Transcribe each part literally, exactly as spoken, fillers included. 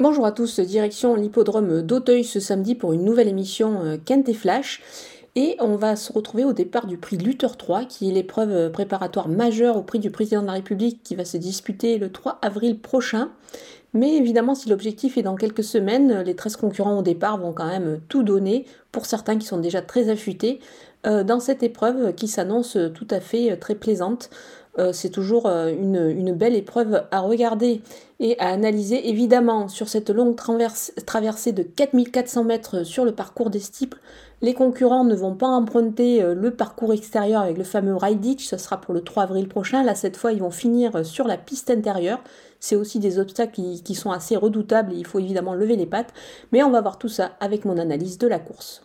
Bonjour à tous, direction l'hippodrome d'Auteuil ce samedi pour une nouvelle émission euh, Quintet Flash. Et on va se retrouver au départ du prix Luther trois, qui est l'épreuve préparatoire majeure au prix du président de la République qui va se disputer le trois avril prochain. Mais évidemment, si l'objectif est dans quelques semaines, les treize concurrents au départ vont quand même tout donner, pour certains qui sont déjà très affûtés, euh, dans cette épreuve qui s'annonce tout à fait très plaisante. Euh, c'est toujours euh, une, une belle épreuve à regarder et à analyser. Évidemment, sur cette longue traverse, traversée de quatre mille quatre cents mètres sur le parcours des steeples, les concurrents ne vont pas emprunter euh, le parcours extérieur avec le fameux ride ditch, ce sera pour le trois avril prochain. Là, cette fois, ils vont finir sur la piste intérieure. C'est aussi des obstacles qui, qui sont assez redoutables et il faut évidemment lever les pattes. Mais on va voir tout ça avec mon analyse de la course.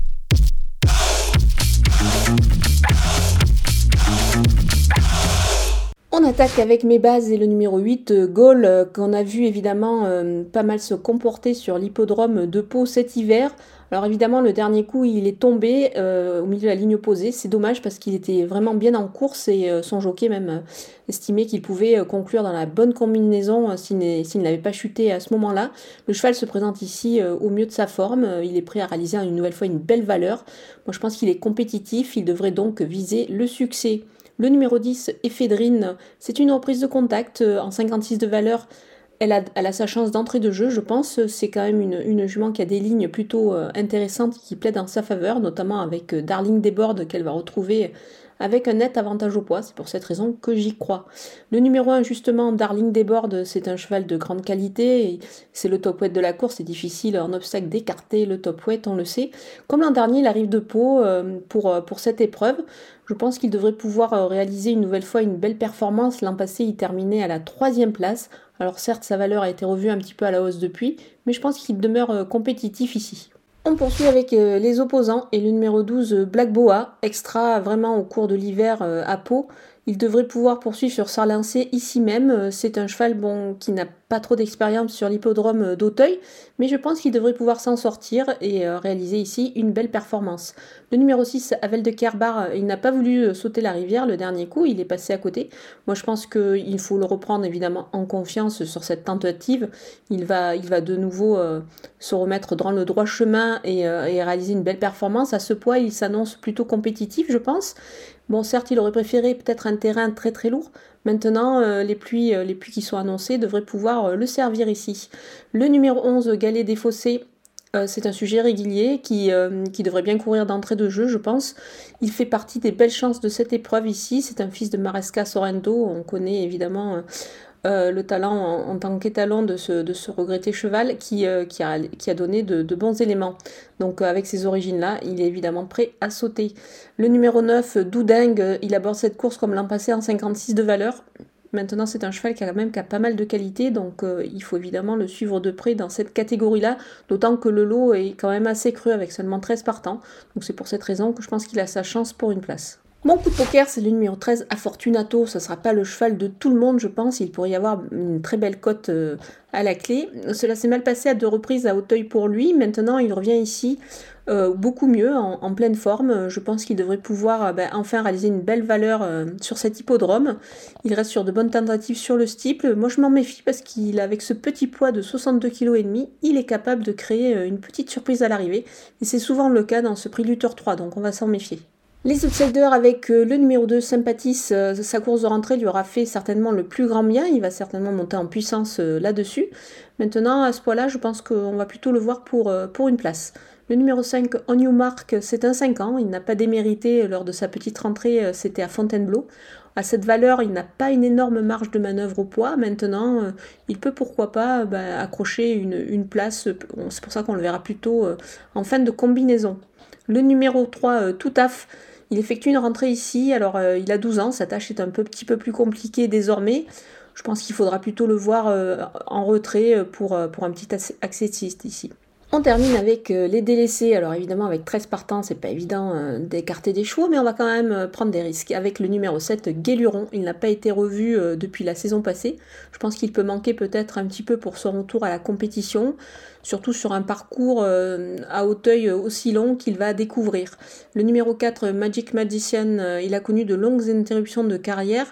On attaque avec mes bases et le numéro huit, euh, Gaulle, euh, qu'on a vu évidemment euh, pas mal se comporter sur l'hippodrome de Pau cet hiver. Alors évidemment, le dernier coup, il est tombé euh, au milieu de la ligne opposée. C'est dommage parce qu'il était vraiment bien en course et euh, son jockey même euh, estimait qu'il pouvait euh, conclure dans la bonne combinaison euh, s'il, s'il n'avait pas chuté à ce moment-là. Le cheval se présente ici euh, au mieux de sa forme. Euh, il est prêt à réaliser une nouvelle fois une belle valeur. Moi, je pense qu'il est compétitif. Il devrait donc viser le succès. Le numéro dix, Ephedrine, c'est une reprise de contact en cinquante-six de valeur. Elle a, elle a sa chance d'entrée de jeu, je pense. C'est quand même une, une jument qui a des lignes plutôt intéressantes qui plaident en sa faveur, notamment avec Darling Desbordes qu'elle va retrouver avec un net avantage au poids. C'est pour cette raison que j'y crois. Le numéro un, justement, Darling Desbordes, c'est un cheval de grande qualité. C'est le top weight de la course. C'est difficile en obstacle d'écarter le top weight, on le sait. Comme l'an dernier, il arrive de Pau pour, pour cette épreuve. Je pense qu'il devrait pouvoir réaliser une nouvelle fois une belle performance. L'an passé, il terminait à la troisième place. Alors certes, sa valeur a été revue un petit peu à la hausse depuis, mais je pense qu'il demeure compétitif ici. On poursuit avec euh, les opposants et le numéro douze, euh, Black Boa, extra vraiment au cours de l'hiver euh, à Pau. Il devrait pouvoir poursuivre sur sa lancée ici même. C'est un cheval bon, qui n'a pas trop d'expérience sur l'hippodrome d'Auteuil, mais je pense qu'il devrait pouvoir s'en sortir et euh, réaliser ici une belle performance. Le numéro six, Avel de Kerbar, il n'a pas voulu sauter la rivière le dernier coup, il est passé à côté. Moi je pense qu'il faut le reprendre évidemment en confiance sur cette tentative. Il va, il va de nouveau euh, se remettre dans le droit chemin et, euh, et réaliser une belle performance. À ce poids, il s'annonce plutôt compétitif, je pense. Bon, certes, il aurait préféré peut-être un terrain très très lourd. Maintenant, euh, les, pluies, euh, les pluies qui sont annoncées devraient pouvoir euh, le servir ici. Le numéro onze, Galet des Fossés, euh, c'est un sujet régulier qui, euh, qui devrait bien courir d'entrée de jeu, je pense. Il fait partie des belles chances de cette épreuve ici. C'est un fils de Maresca Sorrento. On connaît évidemment... Euh, Euh, le talent en, en tant qu'étalon de ce, de ce regretté cheval qui, euh, qui, a, qui a donné de, de bons éléments. Donc euh, avec ces origines-là, il est évidemment prêt à sauter. Le numéro neuf, Doudingue, il aborde cette course comme l'an passé en cinquante-six de valeur. Maintenant, c'est un cheval qui a quand même qui a pas mal de qualité, donc euh, il faut évidemment le suivre de près dans cette catégorie-là, d'autant que le lot est quand même assez creux avec seulement treize partants. Donc c'est pour cette raison que je pense qu'il a sa chance pour une place. Mon coup de poker, c'est le numéro treize, Afortunato. Ça ne sera pas le cheval de tout le monde, je pense. Il pourrait y avoir une très belle cote euh, à la clé. Cela s'est mal passé à deux reprises à Auteuil pour lui. Maintenant, il revient ici euh, beaucoup mieux, en, en pleine forme. Je pense qu'il devrait pouvoir euh, ben, enfin réaliser une belle valeur euh, sur cet hippodrome. Il reste sur de bonnes tentatives sur le steeple. Moi, je m'en méfie parce qu'il, avec ce petit poids de soixante-deux virgule cinq kilos, il est capable de créer euh, une petite surprise à l'arrivée. Et c'est souvent le cas dans ce prix Luther trois, donc on va s'en méfier. Les outsiders avec euh, le numéro deux, Sympathis, euh, sa course de rentrée lui aura fait certainement le plus grand bien. Il va certainement monter en puissance euh, là-dessus. Maintenant, à ce poids-là, je pense qu'on va plutôt le voir pour, euh, pour une place. Le numéro cinq, On You Mark, c'est un cinq ans. Il n'a pas démérité lors de sa petite rentrée, euh, c'était à Fontainebleau. À cette valeur, il n'a pas une énorme marge de manœuvre au poids. Maintenant, euh, il peut pourquoi pas bah, accrocher une, une place. C'est pour ça qu'on le verra plutôt euh, en fin de combinaison. Le numéro trois, euh, Toutaf, il effectue une rentrée ici, alors euh, il a douze ans, sa tâche est un peu, petit peu plus compliquée désormais. Je pense qu'il faudra plutôt le voir euh, en retrait pour, euh, pour un petit accessiste ici. On termine avec euh, les délaissés. Alors évidemment avec treize partants, c'est pas évident euh, d'écarter des chevaux, mais on va quand même euh, prendre des risques. Avec le numéro sept, Guéluron, il n'a pas été revu euh, depuis la saison passée. Je pense qu'il peut manquer peut-être un petit peu pour son retour à la compétition, surtout sur un parcours euh, à Auteuil aussi long qu'il va découvrir. Le numéro quatre, Magic Magician, euh, il a connu de longues interruptions de carrière.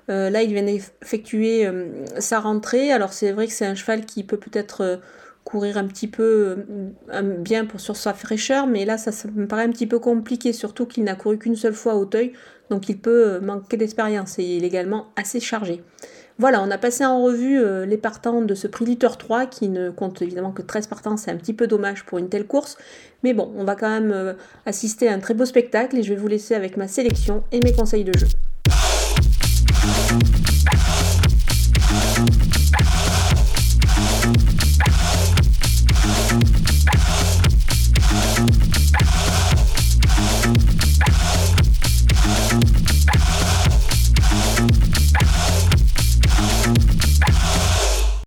Euh, là, il vient d'effectuer euh, sa rentrée. Alors c'est vrai que c'est un cheval qui peut peut-être euh, courir un petit peu euh, bien pour, sur sa fraîcheur, mais là, ça, ça me paraît un petit peu compliqué, surtout qu'il n'a couru qu'une seule fois à Auteuil, donc il peut euh, manquer d'expérience et il est également assez chargé. Voilà, on a passé en revue euh, les partants de ce prix Litter trois qui ne compte évidemment que treize partants, c'est un petit peu dommage pour une telle course. Mais bon, on va quand même euh, assister à un très beau spectacle et je vais vous laisser avec ma sélection et mes conseils de jeu.